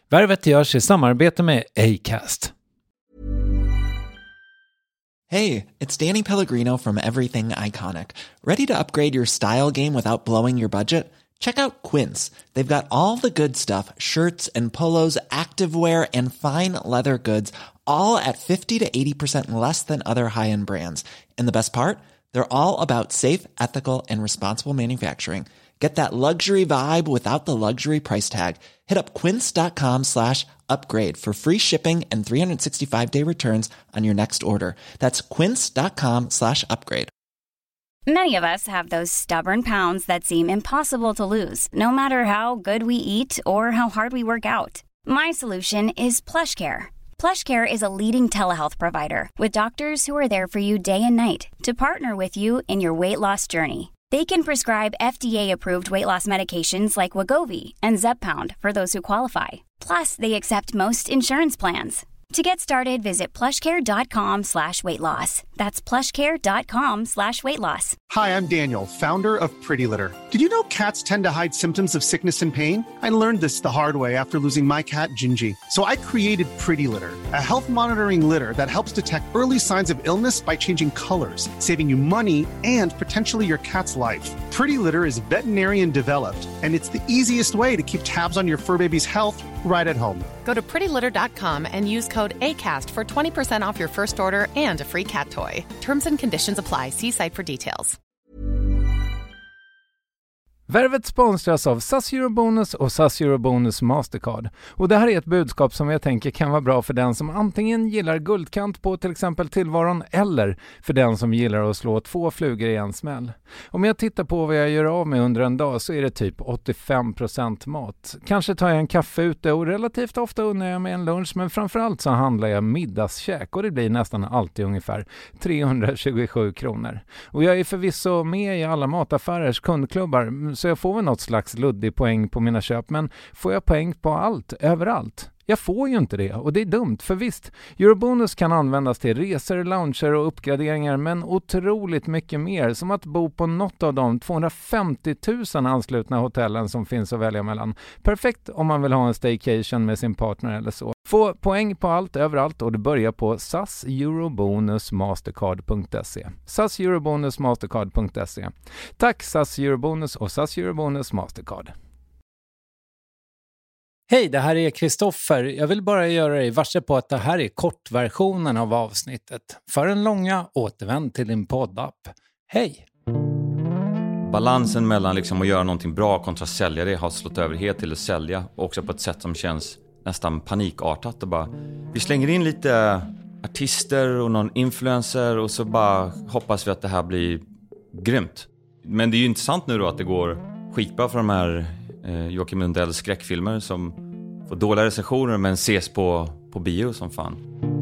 Värvet görs i samarbete med Acast. Hey, it's Danny Pellegrino from Everything Iconic. Ready to upgrade your style game without blowing your budget? Check out Quince. They've got all the good stuff, shirts and polos, activewear and fine leather goods, all at 50 to 80% less than other high-end brands. And the best part? They're all about safe, ethical, and responsible manufacturing. Get that luxury vibe without the luxury price tag. Hit up quince.com/upgrade for free shipping and 365-day returns on your next order. That's quince.com/upgrade. Many of us have those stubborn pounds that seem impossible to lose, no matter how good we eat or how hard we work out. My solution is PlushCare. PlushCare is a leading telehealth provider with doctors who are there for you day and night to partner with you in your weight loss journey. They can prescribe FDA-approved weight loss medications like Wegovy and Zepbound for those who qualify. Plus, they accept most insurance plans. To get started, visit plushcare.com/weightloss. That's plushcare.com/weightloss. Hi, I'm Daniel, founder of Pretty Litter. Did you know cats tend to hide symptoms of sickness and pain? I learned this the hard way after losing my cat, Gingy. So I created Pretty Litter, a health monitoring litter that helps detect early signs of illness by changing colors, saving you money and potentially your cat's life. Pretty Litter is veterinarian developed, and it's the easiest way to keep tabs on your fur baby's health right at home. Go to prettylitter.com and use code ACAST for 20% off your first order and a free cat toy. Terms and conditions apply. See site for details. Värvet sponsras av SAS Eurobonus och SAS Eurobonus Mastercard. Och det här är ett budskap som jag tänker kan vara bra för den som antingen gillar guldkant på till exempel tillvaron eller för den som gillar att slå 2 flugor i en smäll. Om jag tittar på vad jag gör av med under en dag så är det typ 85% mat. Kanske tar jag en kaffe ute och relativt ofta unnar jag mig en lunch, men framförallt så handlar jag middagskäk och det blir nästan alltid ungefär 327 kronor. Och jag är förvisso med i alla mataffärers kundklubbar, så jag får väl något slags luddig poäng på mina köp, men får jag poäng på allt, överallt? Jag får ju inte det och det är dumt, för visst, Eurobonus kan användas till resor, lounger och uppgraderingar, men otroligt mycket mer, som att bo på något av de 250 000 anslutna hotellen som finns att välja mellan. Perfekt om man vill ha en staycation med sin partner eller så. Få poäng på allt, överallt, och det börjar på saseurobonusmastercard.se. saseurobonusmastercard.se. Tack SAS Eurobonus och SAS Eurobonus Mastercard. Hej, det här är Kristoffer. Jag vill bara göra dig varse på att det här är kortversionen av avsnittet. För en långa, återvänd till din poddapp. Hej! Balansen mellan liksom att göra någonting bra kontra sälja det har slått över helt till att sälja. Också på ett sätt som känns nästan panikartat. Och bara, vi slänger in lite artister och någon influencer och så bara hoppas vi att det här blir grymt. Men det är ju intressant nu då att det går skitbra för de här Joakim Lundells skräckfilmer som får dåliga recensioner men ses på bio som fan.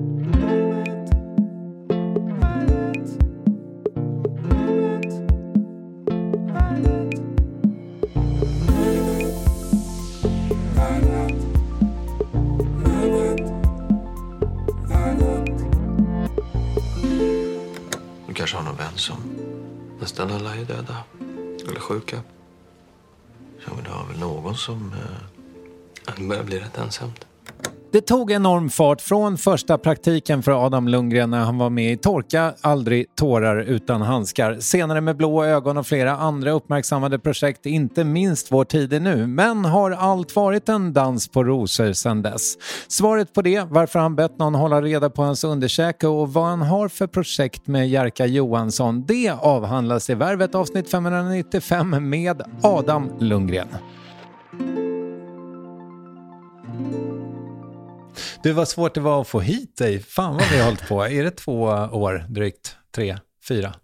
Du kanske har någon vän som nästan alla är döda eller sjuka. Ja, men du har väl någon som börjar bli rätt ensamt. Det tog enorm fart från första praktiken för Adam Lundgren när han var med i Torka, aldrig tårar utan handskar. Senare med Blå ögon och flera andra uppmärksammade projekt, inte minst Vår tid är nu. Men har allt varit en dans på rosor sedan dess? Svaret på det, varför han bett någon hålla reda på hans underkäke och vad han har för projekt med Jerka Johansson, det avhandlas i Värvet avsnitt 595 med Adam Lundgren. Du, var svårt det var att få hit dig. Fan vad vi har hållit på. Är det 2 år drygt? 3, 4?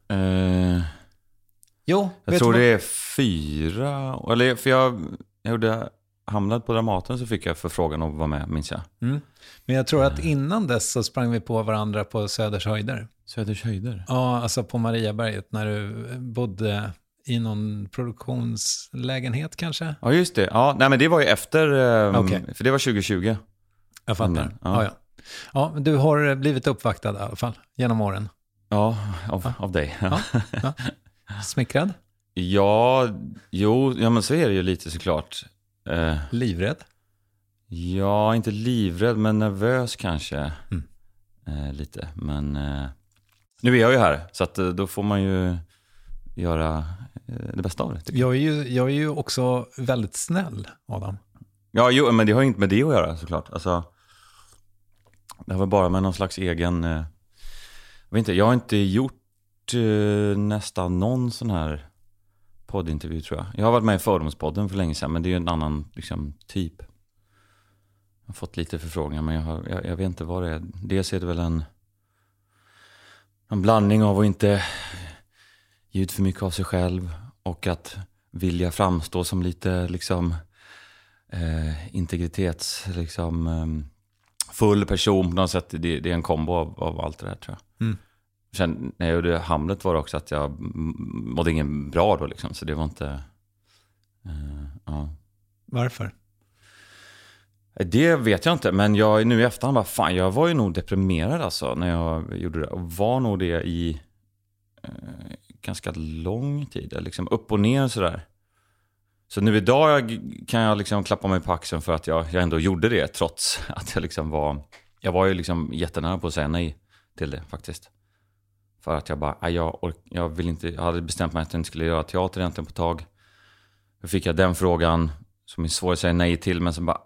Jo. Jag tror det är 4. Eller för jag hamnade på Dramaten så fick jag förfrågan att vara med, minns jag. Mm. Men jag tror att innan dess så sprang vi på varandra på Söders höjder. Söders höjder? Ja, alltså på Mariaberget när du bodde i någon produktionslägenhet kanske. Ja, just det. Ja, nej, men det var ju efter, för det var 2020. Jag fattar. Ja, men du har blivit uppvaktad i alla fall genom åren. Ja, av dig. Ja. Smickrad? Ja, men så är det ju lite såklart. Livrädd? Ja, inte livrädd men nervös kanske. Lite, men nu är jag ju här så att då får man ju göra det bästa av det. Jag är ju också väldigt snäll, Adam. Ja, jo, men det har inte med det att göra såklart. Alltså, det har väl bara med någon slags egen... jag vet inte, jag har inte gjort nästan någon sån här poddintervju tror jag. Jag har varit med i Fördomspodden för länge sedan, men det är ju en annan liksom, typ. Jag har fått lite förfrågningar, men jag vet inte vad det är. Dels är det väl en blandning av att inte ge ut för mycket av sig själv och att vilja framstå som lite liksom integritets liksom full person på något sätt. Det är en kombo av allt det där tror jag. Sen när jag gjorde Hamlet var det också att jag mådde ingen bra då liksom, så det var inte ja. Varför? Det vet jag inte, men jag nu i efterhand bara fan, jag var ju nog deprimerad alltså när jag gjorde det och var nog det i ganska lång tid, liksom upp och ner sådär. Så nu idag kan jag liksom klappa mig på axeln för att jag ändå gjorde det trots att jag liksom jag var ju liksom jättenära på att säga nej till det faktiskt. För att jag bara, jag vill inte, jag hade bestämt mig att jag inte skulle göra teater egentligen på tag. Då fick jag den frågan som är svår att säga nej till, men så bara,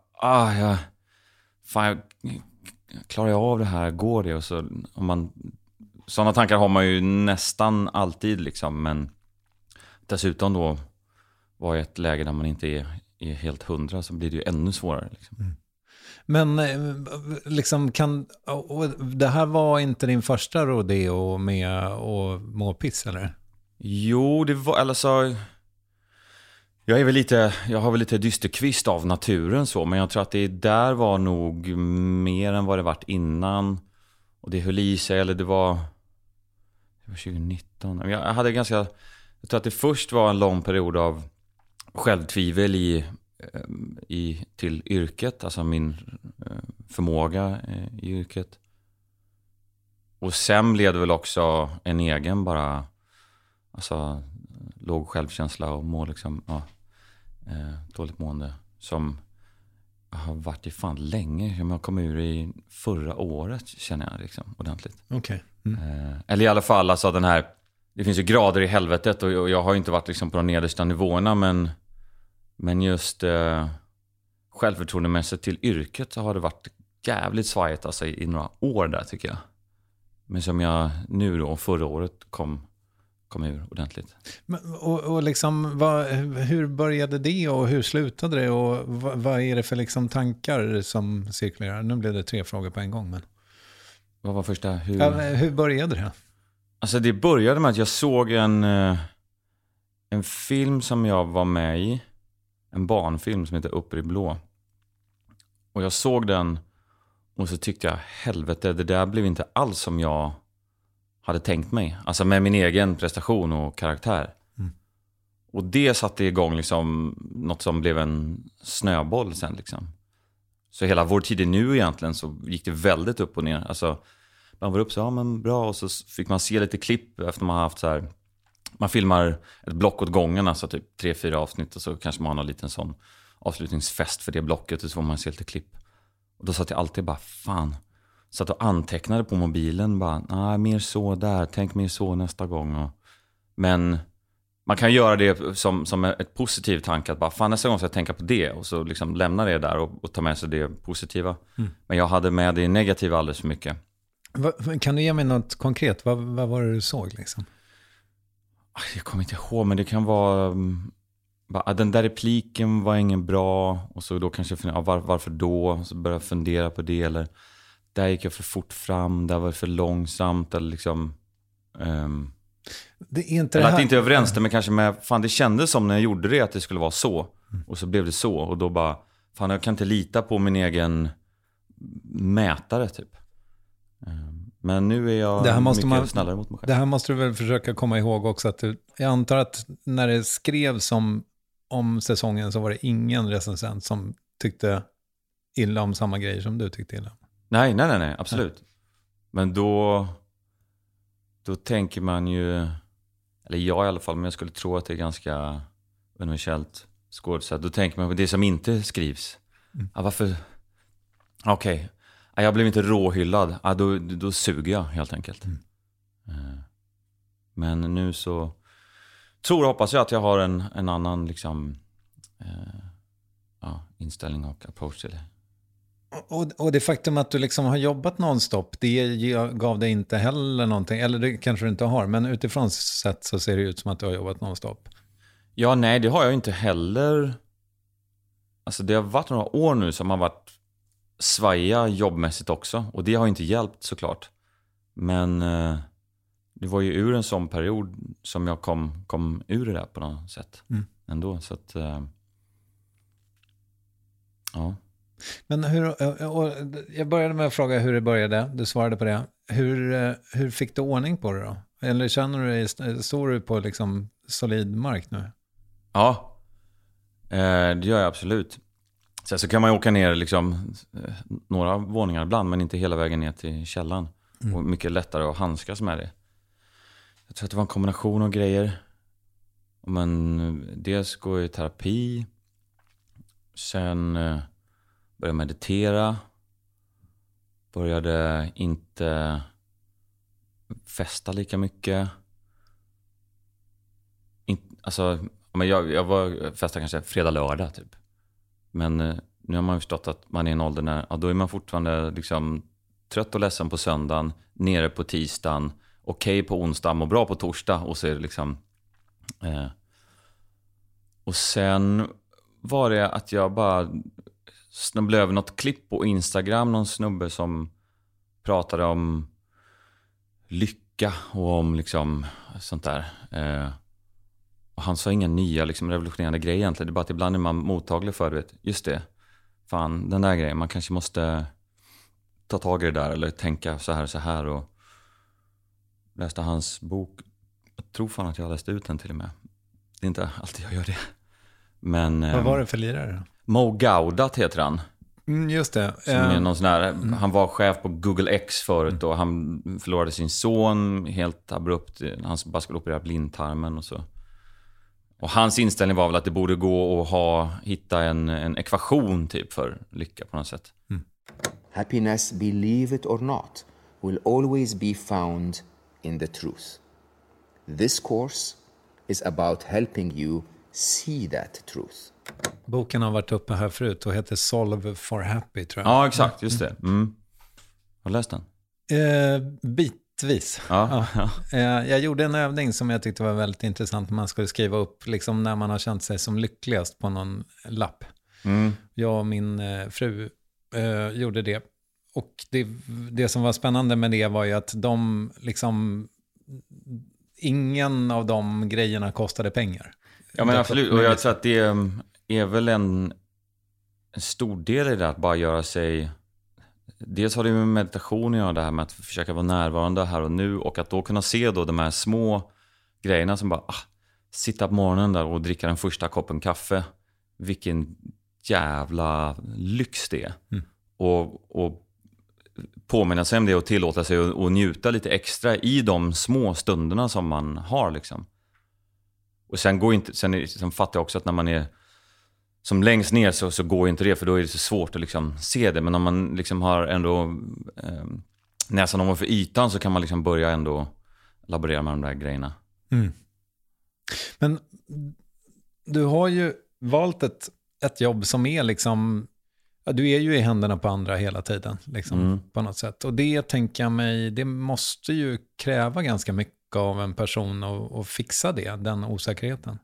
klarar jag av det här, går det? Och så, sådana tankar har man ju nästan alltid liksom, men dessutom då var i ett läge där man inte är helt 100 så blir det ju ännu svårare liksom. Men liksom det här var inte din första rodeo med att må piss, eller? Jo, det var, eller så jag har väl lite dysterkvist av naturen så, men jag tror att det där var nog mer än vad det varit innan. Och det höll i sig, eller det var 2019. Jag tror att det först var en lång period av självtvivel till yrket, alltså min förmåga i yrket. Och sen blev det väl också en egen bara, alltså låg självkänsla och dåligt mående som har varit i fan länge. Jag kom ur i förra året känner jag liksom ordentligt. Okej. Eller i alla fall alltså det finns ju grader i helvetet och jag har ju inte varit liksom på de nedersta nivåerna, men just självförtroendemässigt till yrket så har det varit jävligt svajigt alltså i några år där tycker jag. Men som jag nu då förra året kom ur ordentligt. Och liksom, hur började det och hur slutade det och vad är det för liksom tankar som cirkulerar? Nu blev det 3 frågor på en gång. Men... Vad var första? Hur började det? Alltså det började med att jag såg en film som jag var med i. En barnfilm som heter Upp i blå. Och jag såg den och så tyckte jag, helvete, det där blev inte alls som jag hade tänkt mig. Alltså med min egen prestation och karaktär. Och det satte igång liksom något som blev en snöboll sen liksom. Så hela vår tid nu egentligen så gick det väldigt upp och ner. Alltså man var upp så, ja men bra. Och så fick man se lite klipp efter man har haft så här. Man filmar ett block åt gången, alltså typ 3-4 avsnitt. Och så kanske man har en liten sån avslutningsfest för det blocket. Och så får man se lite klipp. Och då satt jag alltid bara, fan. Satt och antecknade på mobilen. Bara, mer så där. Tänk mer så nästa gång. Men man kan göra det som ett positivt tanke. Att bara, fan nästa gång ska jag tänka på det. Och så liksom lämna det där och ta med sig det positiva. Men jag hade med det negativa alldeles för mycket. Kan du ge mig något konkret? Vad var det du såg liksom? Jag kommer inte ihåg, men det kan vara... den där repliken var ingen bra. Och så då kanske varför då? Så började jag fundera på det. Eller där gick jag för fort fram. Där var det för långsamt. Eller liksom... det är inte eller det här... att det inte överensstämmer kanske med... Fan, det kändes som när jag gjorde det att det skulle vara så. Och så blev det så. Och då bara... Fan, jag kan inte lita på min egen mätare typ. Men nu är jag mycket snällare mot mig själv. Det här måste du väl försöka komma ihåg också. Att jag antar att när det skrevs om säsongen så var det ingen recensent som tyckte illa om samma grejer som du tyckte illa om. Nej, absolut. Nej. Men då tänker man ju, eller jag i alla fall, men jag skulle tro att det är ganska universellt skådespel. Då tänker man på det som inte skrivs. Okej. Jag blev inte råhyllad. Då suger jag helt enkelt. Men nu så hoppas jag att jag har en annan liksom, inställning och approach till det. Och det faktum att du liksom har jobbat nonstop, det gav dig inte heller någonting, eller det kanske du inte har, men utifrån sett så ser det ut som att du har jobbat nonstop. Ja, nej, det har jag inte heller. Alltså det har varit några år nu som har varit svaja jobbmässigt också, och det har inte hjälpt såklart. Men det var ju ur en sån period som jag kom ur det där på något sätt ändå, så att ja. Men jag började med att fråga hur det började. Du svarade på det. Hur fick du ordning på det då? Eller känner du dig, står du på liksom solid mark nu? Ja, det gör jag absolut. Sen så kan man ju åka ner liksom några våningar ibland, men inte hela vägen ner till källan. Och mycket lättare att handskas med det. Jag tror att det var en kombination av grejer. Men dels går jag i terapi. Sen började meditera. Började inte festa lika mycket. Men jag var festa kanske fredag, lördag typ. Men nu har man ju förstått att man är i en ålder när då är man fortfarande liksom trött och ledsen på söndagen, nere på tisdagen, okej på onsdag och bra på torsdag, och så är det liksom och sen var det att jag bara snubblade över något klipp på Instagram, någon snubbe som pratade om lycka och om liksom sånt där. Och han sa inga nya liksom revolutionerande grejer egentligen. Det är bara att ibland är man mottaglig för det. Just det. Fan, den där grejen. Man kanske måste ta tag i det där eller tänka så här. Och läste hans bok. Jag tror fan att jag har läst ut den till och med. Det är inte alltid jag gör det. Men vad var det för lirare? Mo Gaudat heter han. Just det. Som är någon sån här, han var chef på Google X förut och han förlorade sin son helt abrupt. Han bara skulle operera blindtarmen och så. Och hans inställning var väl att det borde gå att hitta en ekvation typ för lycka på något sätt. Happiness, believe it or not, will always be found in the truth. This course is about helping you see that truth. Boken har varit uppe här förut och heter Solve for Happy, tror jag. Ja, exakt, just det. Har du läst den? Bitvis. Ja. Jag gjorde en övning som jag tyckte var väldigt intressant. Man skulle skriva upp liksom när man har känt sig som lyckligast på någon lapp. Jag och min fru gjorde det. Och det som var spännande med det var ju att de liksom, ingen av de grejerna kostade pengar. Ja, men absolut. Och jag tror att det är väl en stor del i det att bara göra sig... Dels har det med meditation att göra, det här med att försöka vara närvarande här och nu, och att då kunna se då de här små grejerna som bara sitta på morgonen där och dricka den första koppen kaffe. Vilken jävla lyx det är. Och påminna sig om det och tillåta sig att njuta lite extra i de små stunderna som man har liksom. Och sen fattar jag också att när man är som längst ner så går inte det, för då är det så svårt att liksom se det. Men om man liksom har ändå näsan ovanför ytan så kan man liksom börja ändå laborera med de där grejerna. Men du har ju valt ett jobb som är liksom, du är ju i händerna på andra hela tiden liksom, på något sätt. Och det tänker jag mig, det måste ju kräva ganska mycket av en person att fixa den osäkerheten.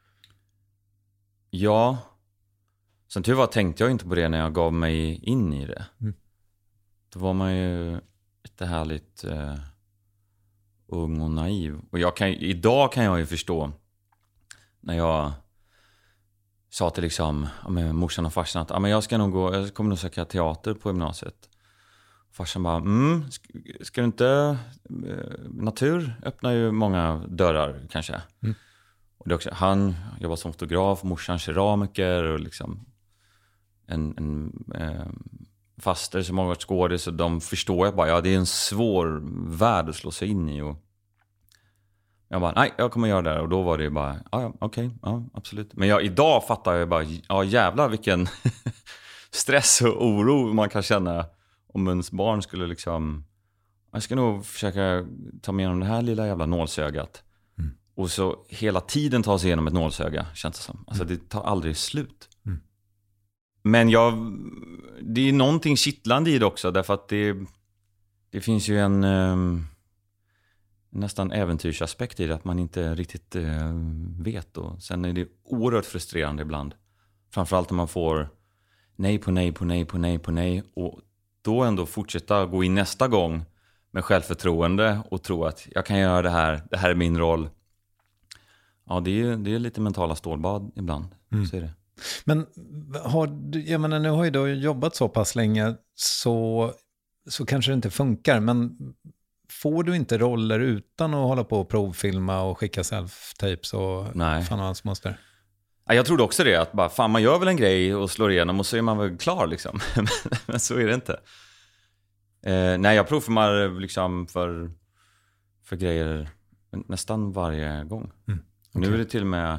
Ja. Sen tur var tänkte jag inte på det när jag gav mig in i det. Då var man ju lite härligt ung och naiv. Och idag kan jag ju förstå när jag sa till liksom med morsan och farsan att jag kommer nog söka teater på gymnasiet. Farsan bara, ska du inte... Natur öppnar ju många dörrar kanske. Och det också, han jobbar som fotograf, morsan keramiker och liksom en faster som har varit skådis, så de förstår jag bara, det är en svår värld att slå sig in i. Och jag bara, nej, jag kommer göra det. Och då var det bara, okej, absolut. Men idag fattar jag bara, jävlar vilken stress och oro man kan känna om ens barn skulle liksom, jag ska nog försöka ta mig igenom det här lilla jävla nålsögat. Och så hela tiden ta sig igenom ett nålsöga, känns det som. Alltså det tar aldrig slut. Men det är någonting kittlande i det också, därför att det finns ju en nästan äventyrsaspekt i det, att man inte riktigt vet. Och sen är det oerhört frustrerande ibland. Framförallt när man får nej på nej på nej på nej på nej, och då ändå fortsätta gå in nästa gång med självförtroende och tro att jag kan göra det här är min roll. Ja, det är lite mentala stålbad ibland, så är det. Men jag menar, nu har ju du jobbat så pass länge, så kanske det inte funkar, men får du inte roller utan att hålla på och provfilma och skicka self-tapes och fan och hans moster? Ja, jag trodde också det, att bara, fan, man gör väl en grej och slår igenom och så är man väl klar liksom. Men så är det inte. Nej, jag provfilmar liksom för grejer nästan varje gång. Okay. Nu är det till och med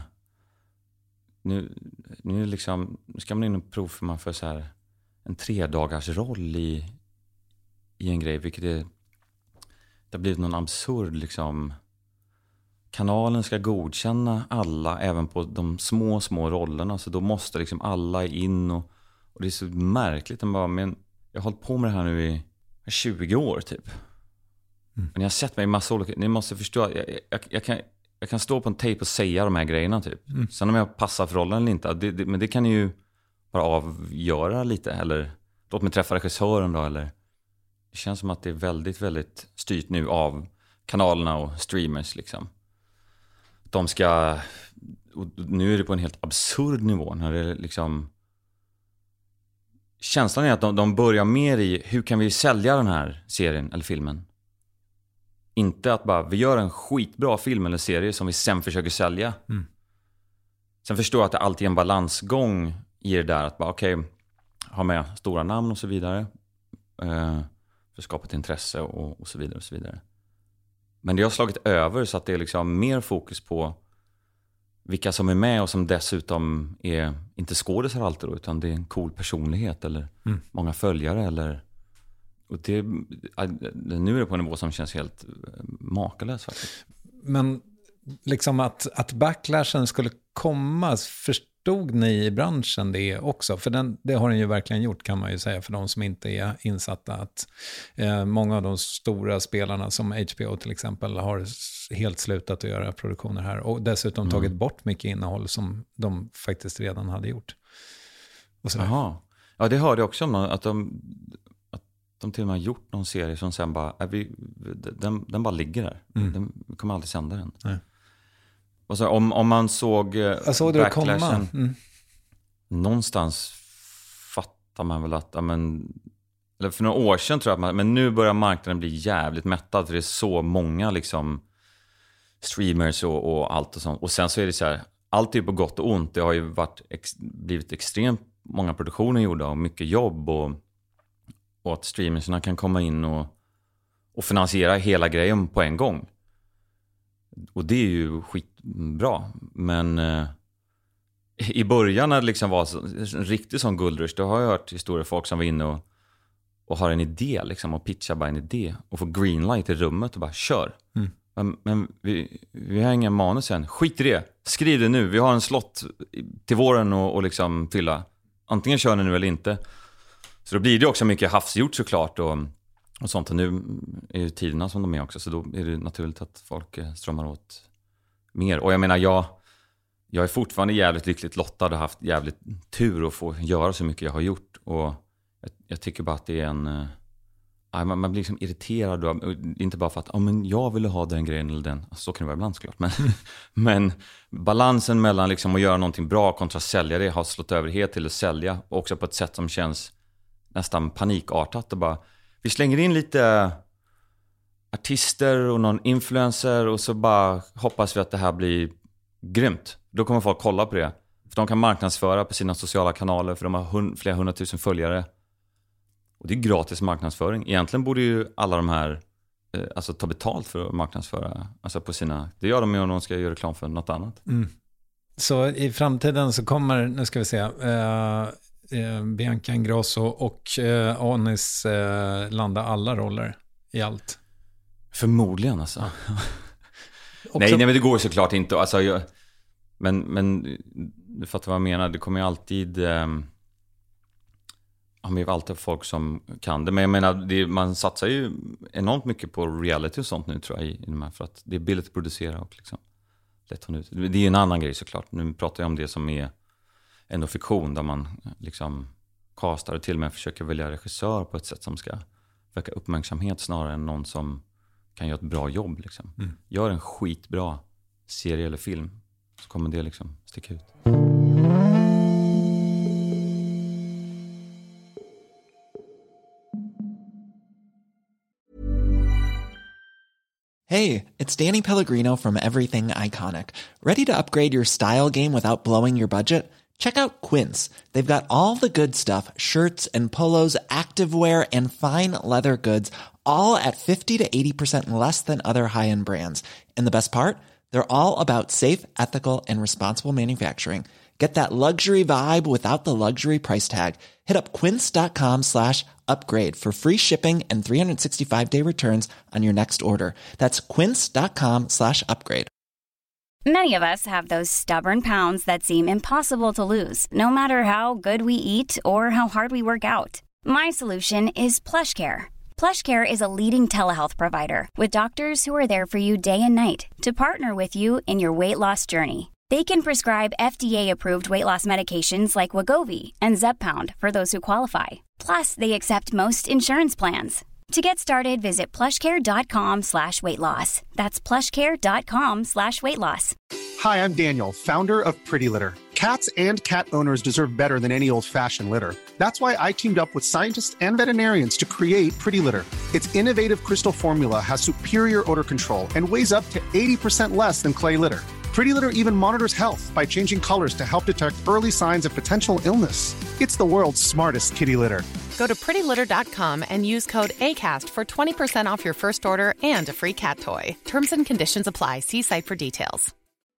nu liksom, ska man in och provfilma för så här en 3-dagars roll i en grej, vilket det har blivit någon absurd liksom. Kanalen ska godkänna alla, även på de små rollerna, så då måste liksom alla in och det är så märkligt. Men jag har hållit på med det här nu i 20 år typ. Men jag har sett mig i massa olika, ni måste förstå, jag kan stå på en tejp och säga de här grejerna typ. Sen om jag passar för rollen eller inte, men det kan ju bara avgöra lite, eller låt mig träffa regissören då, eller det känns som att det är väldigt, väldigt styrt nu av kanalerna och streamers liksom. De ska, och nu är det på en helt absurd nivå när det liksom, känslan är att de börjar mer i hur kan vi sälja den här serien eller filmen. Inte att bara, vi gör en skitbra film eller serie som vi sen försöker sälja. Sen förstår jag att det alltid är en balansgång i det där. Att bara, okej, ha med stora namn och så vidare. För att skapa ett intresse och så vidare och så vidare. Men det har slagit över så att det är liksom mer fokus på vilka som är med och som dessutom är inte skådisar alltid då, utan det är en cool personlighet eller många följare eller... Och nu är det på en nivå som känns helt makalös faktiskt. Men liksom att backlashen skulle komma, förstod ni i branschen det också? För det har den ju verkligen gjort, kan man ju säga, för de som inte är insatta. Att många av de stora spelarna som HBO till exempel har helt slutat att göra produktioner här. Och dessutom tagit bort mycket innehåll som de faktiskt redan hade gjort. Jaha. Ja, det hörde jag också om, att de till och med har gjort någon serie som sen bara, den bara ligger där. Vi kommer aldrig sända den. Nej. Och så om man såg backlashen, någonstans fattar man väl att, eller för några år sedan tror jag, men nu börjar marknaden bli jävligt mättad, för det är så många liksom streamers och allt och sånt. Och sen så är det så här, allt är på gott och ont. Det har ju blivit extremt många produktioner gjorda och mycket jobb, och att streamersna kan komma in och finansiera hela grejen på en gång. Och det är ju skitbra. Men i början när det liksom var en riktig sån guldrush, då har jag hört historier, folk som var inne och har en idé liksom, och pitchar bara en idé och får greenlight i rummet och bara kör. Men vi har ingen manus än. Skit i det. Skriv det nu. Vi har en slott till våren och liksom fylla. Antingen kör ni nu eller inte. Så då blir det också mycket havsgjort såklart och sånt. Och nu är ju tiderna som de är också, så då är det naturligt att folk strömmar åt mer. Och jag menar, jag är fortfarande jävligt lyckligt lottad och haft jävligt tur att få göra så mycket jag har gjort. Och jag tycker bara att det är man blir liksom irriterad då, inte bara för att men jag ville ha den grejen eller den, alltså, så kan det vara ibland såklart, men balansen mellan liksom att göra någonting bra kontra sälja det har slått över helt till att sälja, och också på ett sätt som känns nästan panikartat. Och bara, vi slänger in lite artister och någon influencer och så bara hoppas vi att det här blir grymt. Då kommer folk kolla på det, för de kan marknadsföra på sina sociala kanaler, för de har flera 100 000 följare. Och det är gratis marknadsföring. Egentligen borde ju alla de här alltså ta betalt för att marknadsföra, alltså på sina, det gör de ju om de ska göra reklam för något annat. Så i framtiden så kommer, nu ska vi se, Bianca Ingrosso och Anis landa alla roller i allt? Förmodligen alltså. Nej, men det går såklart inte. Alltså, men du fattar vad jag menar. Det kommer ju alltid... Han är alltid folk som kan det. Men jag menar, man satsar ju enormt mycket på reality och sånt nu tror jag. I de här, för att det är billigt att producera och liksom lätt hon ut. Det är en annan grej såklart. Nu pratar jag om det som är ändå fiktion. Där man liksom castar och till och med försöker välja regissör på ett sätt som ska väcka uppmärksamhet snarare än någon som kan göra ett bra jobb. Liksom. Gör en skitbra serie eller film så kommer det liksom sticka ut. Hey, it's Danny Pellegrino from Everything Iconic. Ready to upgrade your style game without blowing your budget? Check out Quince. They've got all the good stuff, shirts and polos, activewear, and fine leather goods, all at 50 to 80% less than other high-end brands. And the best part? They're all about safe, ethical, and responsible manufacturing. Get that luxury vibe without the luxury price tag. Hit up quince.com/upgrade for free shipping and 365-day returns on your next order. That's quince.com/upgrade. Many of us have those stubborn pounds that seem impossible to lose, no matter how good we eat or how hard we work out. My solution is PlushCare. PlushCare is a leading telehealth provider with doctors who are there for you day and night to partner with you in your weight loss journey. They can prescribe FDA-approved weight loss medications like Wegovy and Zepbound for those who qualify. Plus, they accept most insurance plans. To get started, visit plushcare.com/weightloss. That's plushcare.com/weightloss. Hi, I'm Daniel, founder of Pretty Litter. Cats and cat owners deserve better than any old-fashioned litter. That's why I teamed up with scientists and veterinarians to create Pretty Litter. Its innovative crystal formula has superior odor control and weighs up to 80% less than clay litter. Pretty Litter even monitors health by changing colors to help detect early signs of potential illness. It's the world's smartest kitty litter. Go to prettylitter.com and use code ACAST for 20% off your first order and a free cat toy. Terms and conditions apply. See site for details.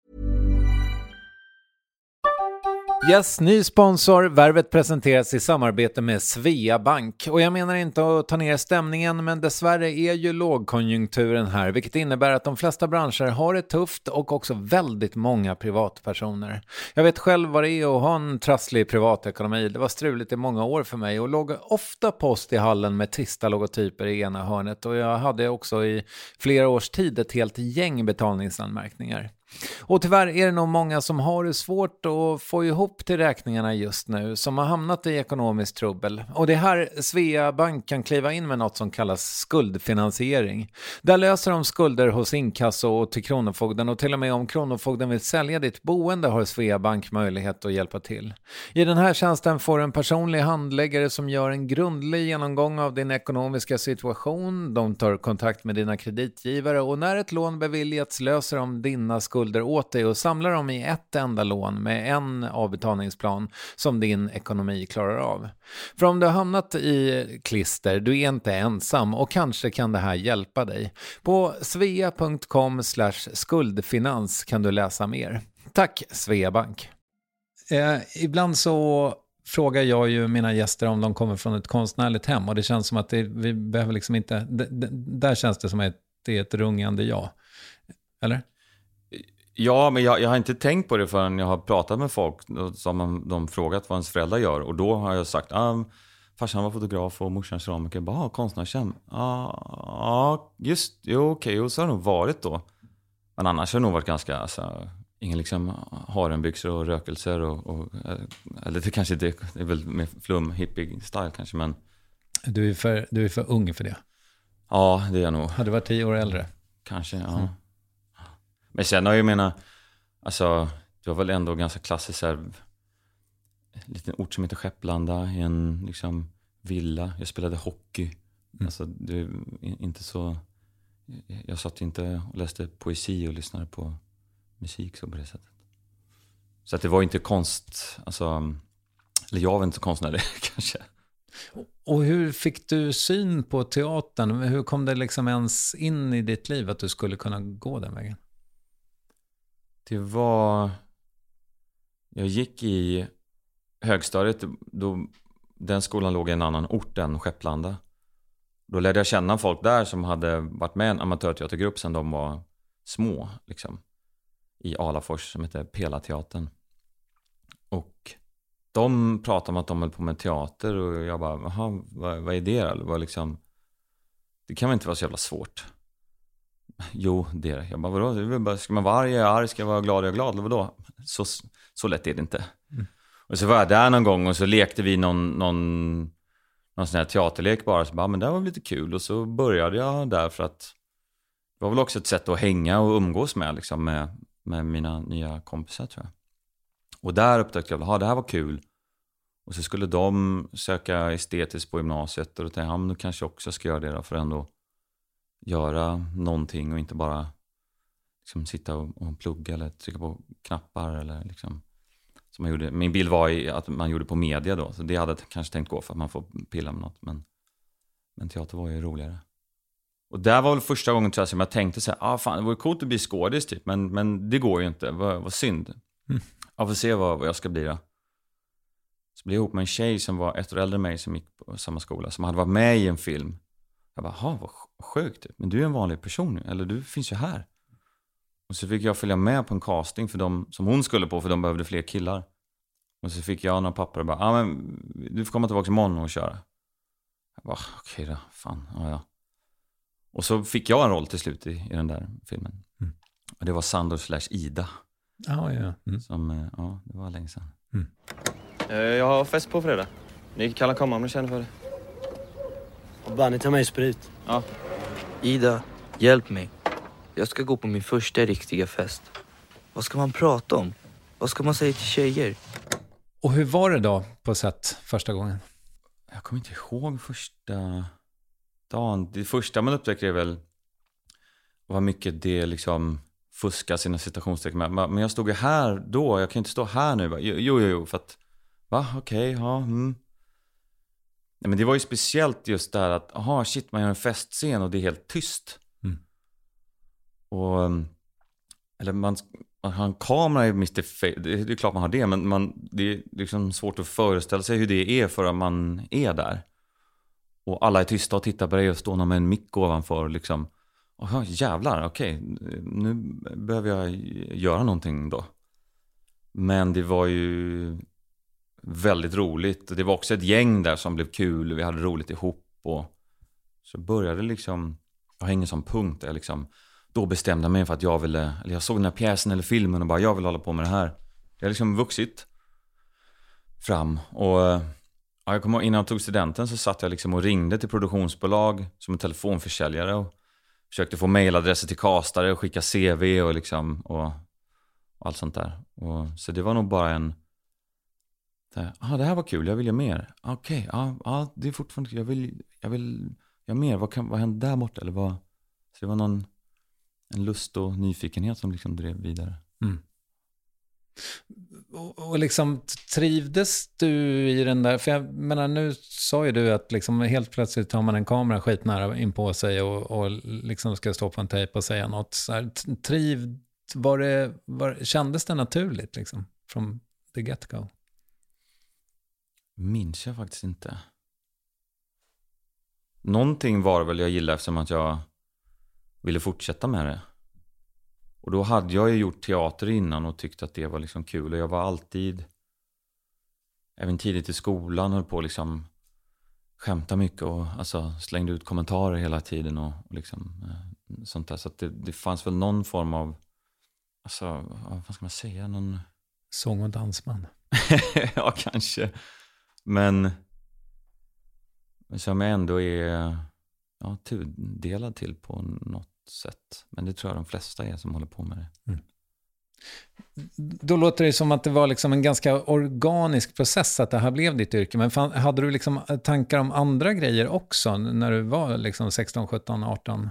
Yes, ny sponsor. Värvet presenteras i samarbete med Svea Bank. Och jag menar inte att ta ner stämningen, men dessvärre är ju lågkonjunkturen här, vilket innebär att de flesta branscher har det tufft och också väldigt många privatpersoner. Jag vet själv vad det är att ha en trasslig privatekonomi. Det var struligt i många år för mig och låg ofta post i hallen med trista logotyper i ena hörnet. Och jag hade också i flera års tid ett helt gäng betalningsanmärkningar. Och tyvärr är det nog många som har det svårt att få ihop till räkningarna just nu, som har hamnat i ekonomisk trubbel. Och det här Svea Bank kan kliva in med något som kallas skuldfinansiering. Där löser de skulder hos inkasso och till Kronofogden, och till och med om Kronofogden vill sälja ditt boende har Svea Bank möjlighet att hjälpa till. I den här tjänsten får en personlig handläggare som gör en grundlig genomgång av din ekonomiska situation. De tar kontakt med dina kreditgivare och när ett lån beviljats löser de dina skulder åt dig och samlar dem i ett enda lån med en avbetalningsplan som din ekonomi klarar av. För om du har hamnat i klister, du är inte ensam och kanske kan det här hjälpa dig. På svea.com/skuldfinans kan du läsa mer. Tack Svea Bank. Ibland så frågar jag ju mina gäster om de kommer från ett konstnärligt hem och det känns som att vi behöver liksom inte, där känns det som att det är ett rungande ja. Eller? Ja, men jag har inte tänkt på det förrän jag har pratat med folk som de frågat vad ens föräldrar gör. Och då har jag sagt, farsan var fotograf och morsan keramiker. Bara, konstnärshem. Just, jo okej. Och så har det nog varit då. Men annars har det nog varit ganska, ingen liksom harenbyxor och rökelser. Eller det kanske det är väl mer flum, hippie-style kanske, men... Du är för ung för det. Ja, det är jag nog. Hade varit 10 år äldre. Kanske, ja. Men sen har jag menar, det var väl ändå ganska klassiskt här, en liten ort som heter Skepplanda i en liksom villa. Jag spelade hockey. Det är inte så, jag satt inte och läste poesi och lyssnade på musik så på det sättet. Så att det var inte konst, eller jag var inte så konstnärlig kanske. Och hur fick du syn på teatern? Hur kom det liksom ens in i ditt liv att du skulle kunna gå den vägen? Jag gick i högstadiet, den skolan låg i en annan ort än Skepplanda. Då lärde jag känna folk där som hade varit med i en amatörteatergrupp sedan de var små. Liksom, i Alafors som heter Pelateatern. Och de pratade om att de höll på med teater. Och jag bara, jaha, vad är det? Eller liksom, det kan väl inte vara så jävla svårt. Jo, det är det. Jag bara, vadå? Ska man vara arg? Ska jag vara glad? Jag är glad? Eller vadå? Så lätt är det inte. Och så var jag där någon gång och så lekte vi någon sån här teaterlek bara. Så bara, men det var lite kul. Och så började jag där för att det var väl också ett sätt att hänga och umgås med, liksom, med mina nya kompisar, tror jag. Och där upptäckte jag att det här var kul. Och så skulle de söka estetiskt på gymnasiet. Och då tänkte jag, nu kanske jag också ska göra det då, för ändå göra någonting och inte bara liksom sitta och plugga eller trycka på knappar eller liksom, som man gjorde. Min bild var att man gjorde på media då, så det hade jag kanske tänkt gå för att man får pilla med något, men teater var ju roligare. Och där var väl första gången, tror jag, som jag tänkte så här, fan, det vore coolt att bli skådis typ, men det går ju inte, vad synd. Jag får se vad jag ska bli då. Så blev jag ihop med en tjej som var ett år äldre än mig, som gick på samma skola, som hade varit med i en film. Jag bara, vad sjukt typ. Men du är en vanlig person nu, eller du finns ju här. Och så fick jag följa med på en casting för dem som hon skulle på, för de behövde fler killar. Och så fick jag några papper och bara, men du får komma tillbaka imorgon och köra. Jag bara, okej då, fan, ja. Och så fick jag en roll till slut i den där filmen. Och det var Sandor/Ida. Ja. Som, det var länge sedan. Jag har fest på fredag. Ni kan alla komma om ni känner för det. Och Banny, ta mig sprit. Ja. Ida, hjälp mig. Jag ska gå på min första riktiga fest. Vad ska man prata om? Vad ska man säga till tjejer? Och hur var det då på set första gången? Jag kommer inte ihåg första dagen. Det första man upptäckte är väl vad mycket det liksom fuska sina citationstecken med. Men jag stod ju här då. Jag kan inte stå här nu. Jo, för att okej, ja. Nej, men det var ju speciellt just där att shit, man gör en festscen och det är helt tyst. Och eller man har en kamera i Mr. Det är klart man har det, men det är liksom svårt att föreställa sig hur det är förrän man är där. Och alla är tysta och tittar på dig och står med en mick ovanför liksom. Jävlar, okej. Nu behöver jag göra någonting då. Men det var ju väldigt roligt. Det var också ett gäng där som blev kul. Vi hade roligt ihop. Och så började liksom, jag hänger som punkt där liksom. Då bestämde jag mig för att jag såg den här pjäsen eller filmen och bara, jag vill hålla på med det här. Jag har liksom vuxit fram. Och jag kommer ihåg, innan jag tog studenten så satt jag liksom och ringde till produktionsbolag som en telefonförsäljare och försökte få mailadresser till castare och skicka CV och liksom och allt sånt där. Och så det var nog bara det här var kul, jag vill göra mer. Okej, det är fortfarande, jag vill göra mer. Vad hände där borta eller vad? Så det var en lust och nyfikenhet som liksom drev vidare. Och liksom trivdes du i den där, för jag menar, nu sa ju du att liksom helt plötsligt tar man en kamera skitnära in på sig och liksom ska stå på en tejp och säga något så här, kändes det naturligt liksom från the get-go? Minns jag faktiskt inte. Någonting var väl jag gillade eftersom att jag ville fortsätta med det. Och då hade jag ju gjort teater innan och tyckte att det var liksom kul. Och jag var alltid, även tidigt i skolan, höll på liksom skämta mycket och alltså slängde ut kommentarer hela tiden och liksom sånt där. Så att det fanns väl någon form av, alltså, vad ska man säga? Någon sång- och dansman. Ja, kanske. Men som jag ändå är tudelad till på något sätt. Men det tror jag de flesta är som håller på med det. Då låter det som att det var liksom en ganska organisk process att det här blev ditt yrke. Men hade du liksom tankar om andra grejer också när du var liksom 16, 17, 18?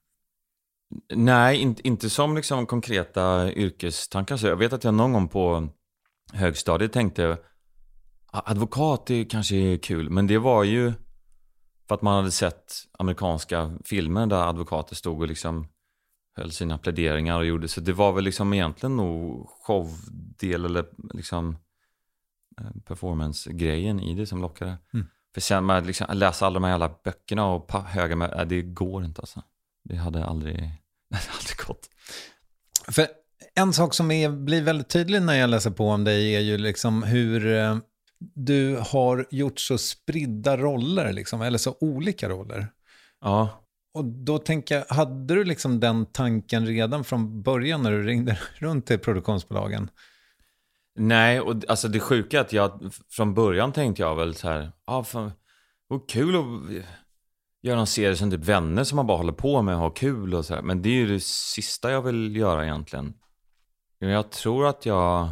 Nej, inte som liksom konkreta yrkestankar. Så jag vet att jag någon gång på högstadiet tänkte advokat är kanske kul. Men det var ju för att man hade sett amerikanska filmer där advokater stod och liksom höll sina pläderingar och gjorde. Så det var väl liksom egentligen nog showdel eller liksom performance-grejen i det som lockade. För sen man liksom läsa alla de här jävla böckerna och höga med, det går inte alltså. Det hade aldrig gått. För en sak som blir väldigt tydlig när jag läser på om dig är ju liksom hur du har gjort så spridda roller liksom, eller så olika roller. Ja. Och då tänker jag, hade du liksom den tanken redan från början när du ringde runt till produktionsbolagen? Nej, och alltså det sjuka är att jag från början tänkte jag väl så här, fan, vad kul att göra en serie som typ Vänner som man bara håller på med och har kul och så här. Men det är ju det sista jag vill göra egentligen. Jag tror att jag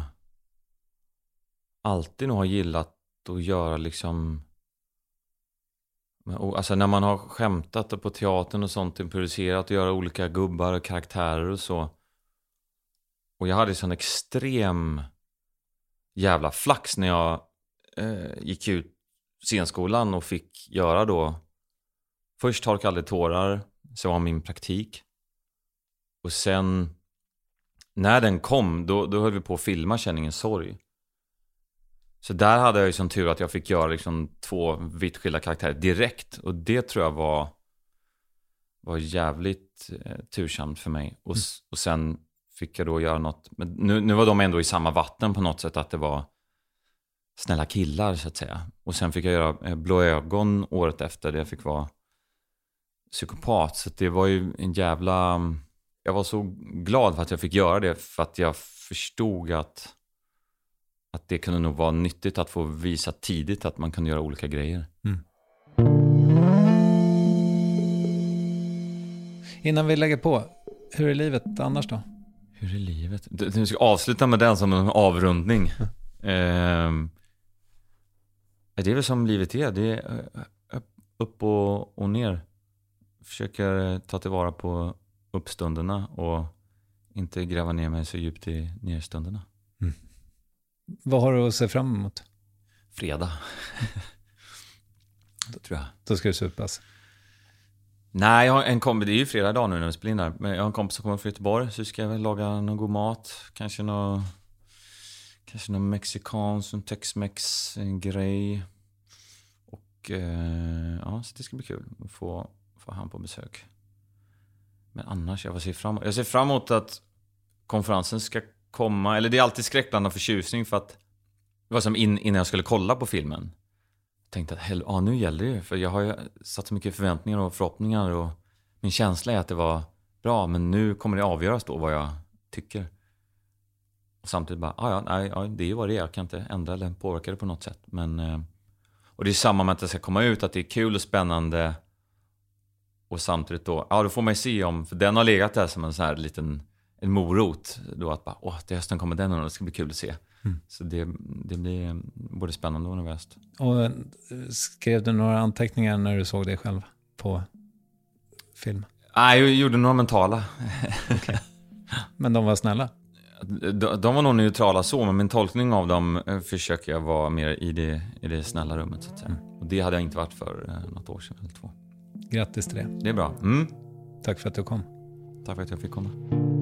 alltid nog har gillat att göra liksom, alltså när man har skämtat på teatern och sånt, improviserat och göra olika gubbar och karaktärer och så. Och jag hade sån extrem jävla flax när jag gick ut scenskolan och fick göra då först Torka aldrig tårar, så var min praktik. Och sen när den kom, då höll vi på att filma Känningen sorg. Så där hade jag ju som tur att jag fick göra liksom 2 vitt skilda karaktärer direkt. Och det tror jag var jävligt tursamt för mig. Och sen fick jag då göra något. Men nu var de ändå i samma vatten på något sätt, att det var snälla killar så att säga. Och sen fick jag göra Blå ögon året efter det jag fick vara psykopat. Så det var ju en jävla... Jag var så glad för att jag fick göra det, för att jag förstod att det kunde nog vara nyttigt att få visa tidigt att man kunde göra olika grejer. Innan vi lägger på, hur är livet annars då? Hur är livet? Du ska avsluta med den som en avrundning. Det är väl som livet är. Det är upp och ner. Försöker ta tillvara på uppstunderna och inte gräva ner mig så djupt i nerstunderna. Vad har du att se fram emot? Fredag. Då tror jag. Då ska du supas. Nej, jag har en kompis, det är ju fredag dag nu när vi spelar in där. Men jag har en kompis som kommer från Göteborg, så ska jag väl laga någon god mat. Kanske någon mexikansk, en Tex-Mex grej. Och ja, så det ska bli kul att få han på besök. Men annars, jag ser fram emot att konferensen ska komma. Eller det är alltid skräckblandad förtjusning, för att det var som innan jag skulle kolla på filmen. Jag tänkte att nu gäller det. För jag har ju satt så mycket förväntningar och förhoppningar. Och min känsla är att det var bra. Men nu kommer det avgöras då vad jag tycker. Och samtidigt bara, det är ju vad det är. Jag kan inte ändra eller påverka det på något sätt. Men, och det är samma med att det ska komma ut. Att det är kul och spännande. Och samtidigt då får man ju se om. För den har legat där som en sån här liten... en morot då, att bara, till hösten kommer den och det ska bli kul att se. Så det blir både spännande och nervöst. Och skrev du några anteckningar när du såg dig själv på film? Nej, jag gjorde några mentala. Okay. Men de var snälla? De var nog neutrala så, men min tolkning av dem försöker jag vara mer i det snälla rummet så att säga. Och det hade jag inte varit för något år sedan eller 2. Grattis till det. Det är bra. Tack för att du kom. Tack för att jag fick komma.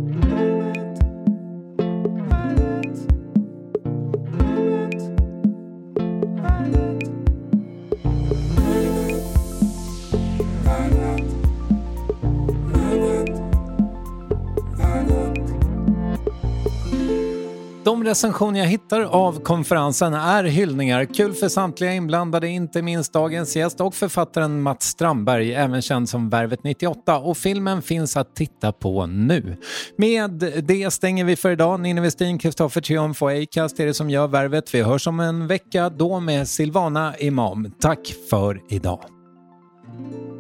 De recensioner jag hittar av konferensen är hyllningar. Kul för samtliga inblandade, inte minst dagens gäst och författaren Mats Strandberg, även känd som Värvet 98. Och filmen finns att titta på nu. Med det stänger vi för idag. Ninni Westin, Kristoffer Triumf och Acast är det som gör Värvet. Vi hörs om en vecka då med Silvana Imam. Tack för idag.